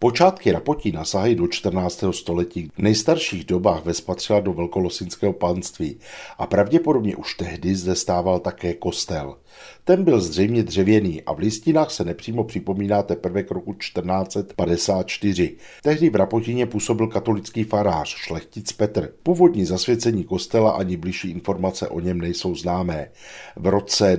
Počátky Rapotína sahají do 14. století. V nejstarších dobách ves patřila do velkolosynského panství a pravděpodobně už tehdy zde stával také kostel. Ten byl zřejmě dřevěný a v listinách se nepřímo připomíná teprve k roku 1454. Tehdy v Rapotíně působil katolický farář, šlechtic Petr. Původní zasvěcení kostela ani bližší informace o něm nejsou známé. V roce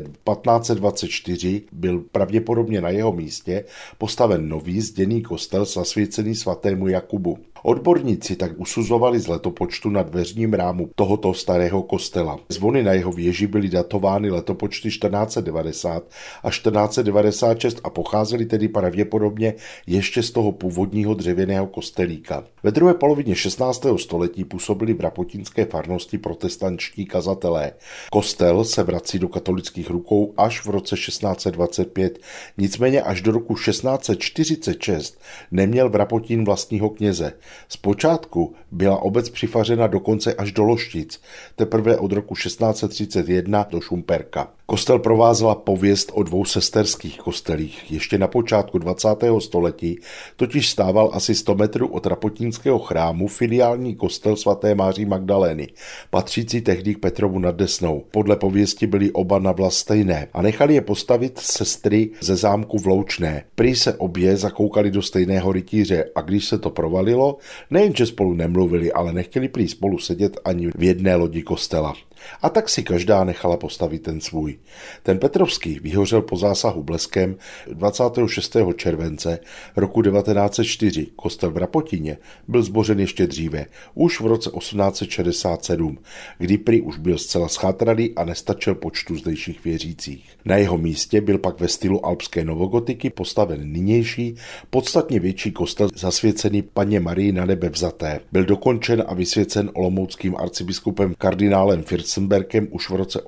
1524 byl pravděpodobně na jeho místě postaven nový zděný kostel zasvěcený svatému Jakubu. Odborníci tak usuzovali z letopočtu na dveřním rámu tohoto starého kostela. Zvony na jeho věži byly datovány letopočty 1490 a 1496 a pocházely tedy pravděpodobně ještě z toho původního dřevěného kostelíka. Ve druhé polovině 16. století působili v rapotínské farnosti protestantští kazatelé. Kostel se vrací do katolických rukou až v roce 1625, nicméně až do roku 1646 neměl v Rapotín vlastního kněze. Zpočátku byla obec přifařena dokonce až do Loštic, teprve od roku 1631 do Šumperka. Kostel provázela pověst o dvou sesterských kostelích. Ještě na počátku 20. století totiž stával asi 100 metrů od rapotínského chrámu filiální kostel svaté Máří Magdalény, patřící tehdy k Petrovu nad Desnou. Podle pověsti byly oba na vlast stejné a nechali je postavit sestry ze zámku v Loučné. Prý se obě zakoukali do stejného rytíře a když se to provalilo, nejenže spolu nemluvili, ale nechtěli prý spolu sedět ani v jedné lodi kostela. A tak si každá nechala postavit ten svůj. Ten Petrovský vyhořel po zásahu bleskem 26. července roku 1904. Kostel v Rapotíně byl zbořen ještě dříve, už v roce 1867, kdy prý už byl zcela zchátralý a nestačil počtu zdejších věřících. Na jeho místě byl pak ve stylu alpské novogotiky postaven nynější, podstatně větší kostel zasvěcený Panně Marii na nebe vzaté. Byl dokončen a vysvěcen olomouckým arcibiskupem kardinálem Fürstenbergem už v roce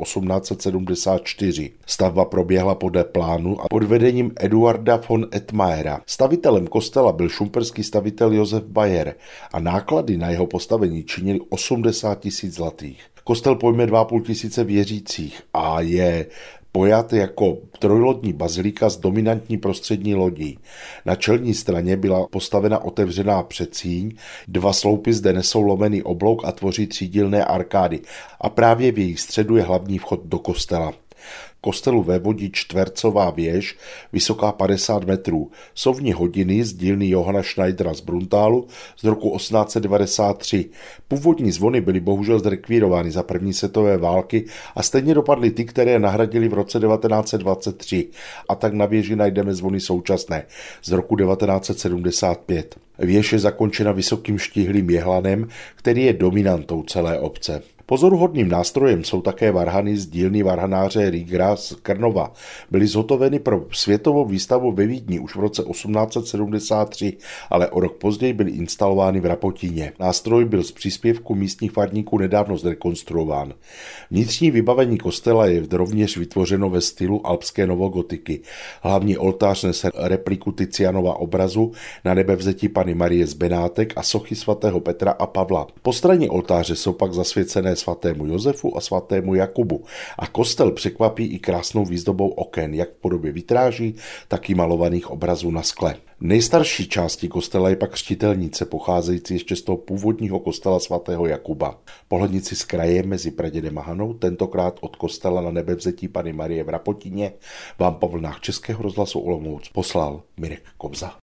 1874. Stavba proběhla podle plánu a pod vedením Eduarda von Ettmayera. Stavitelem kostela byl šumperský stavitel Josef Bayer a náklady na jeho postavení činily 80 000 zlatých. Kostel pojme 2 500 věřících a je pojat jako trojlodní bazilika s dominantní prostřední lodí. Na čelní straně byla postavena otevřená předsíň, 2 sloupy zde nesou lomený oblouk a tvoří třídílné arkády a právě v jejich středu je hlavní vchod do kostela. Kostelu vévodí čtvercová věž, vysoká 50 metrů, sovní hodiny z dílny Johana Schneidera z Bruntálu z roku 1893. Původní zvony byly bohužel zrekvírovány za první světové války a stejně dopadly ty, které nahradili v roce 1923. A tak na věži najdeme zvony současné z roku 1975. Věž je zakončena vysokým štíhlým jehlanem, který je dominantou celé obce. Pozoruhodným nástrojem jsou také varhany z dílny varhanáře Riegera z Krnova. Byly zhotoveny pro světovou výstavu ve Vídni už v roce 1873, ale o rok později byly instalovány v Rapotíně. Nástroj byl z příspěvku místních farníků nedávno zrekonstruován. Vnitřní vybavení kostela je rovněž vytvořeno ve stylu alpské novogotiky. Hlavní oltář nese repliku Tizianova obrazu Na nebevzetí Panny Marie z Benátek a sochy svatého Petra a Pavla. Po straně oltáře jsou pak zasvěcené svatému Josefu a svatému Jakubu a kostel překvapí i krásnou výzdobou oken, jak v podobě vitráží, tak i malovaných obrazů na skle. Nejstarší části kostela je pak křtitelnice, pocházející ještě z toho původního kostela svatého Jakuba. Pohlednici z kraje mezi pradědem a Hanou, tentokrát od kostela Na nebevzetí Panny Marie v Rapotíně, vám po vlnách Českého rozhlasu Olomouc poslal Mirek Kobza.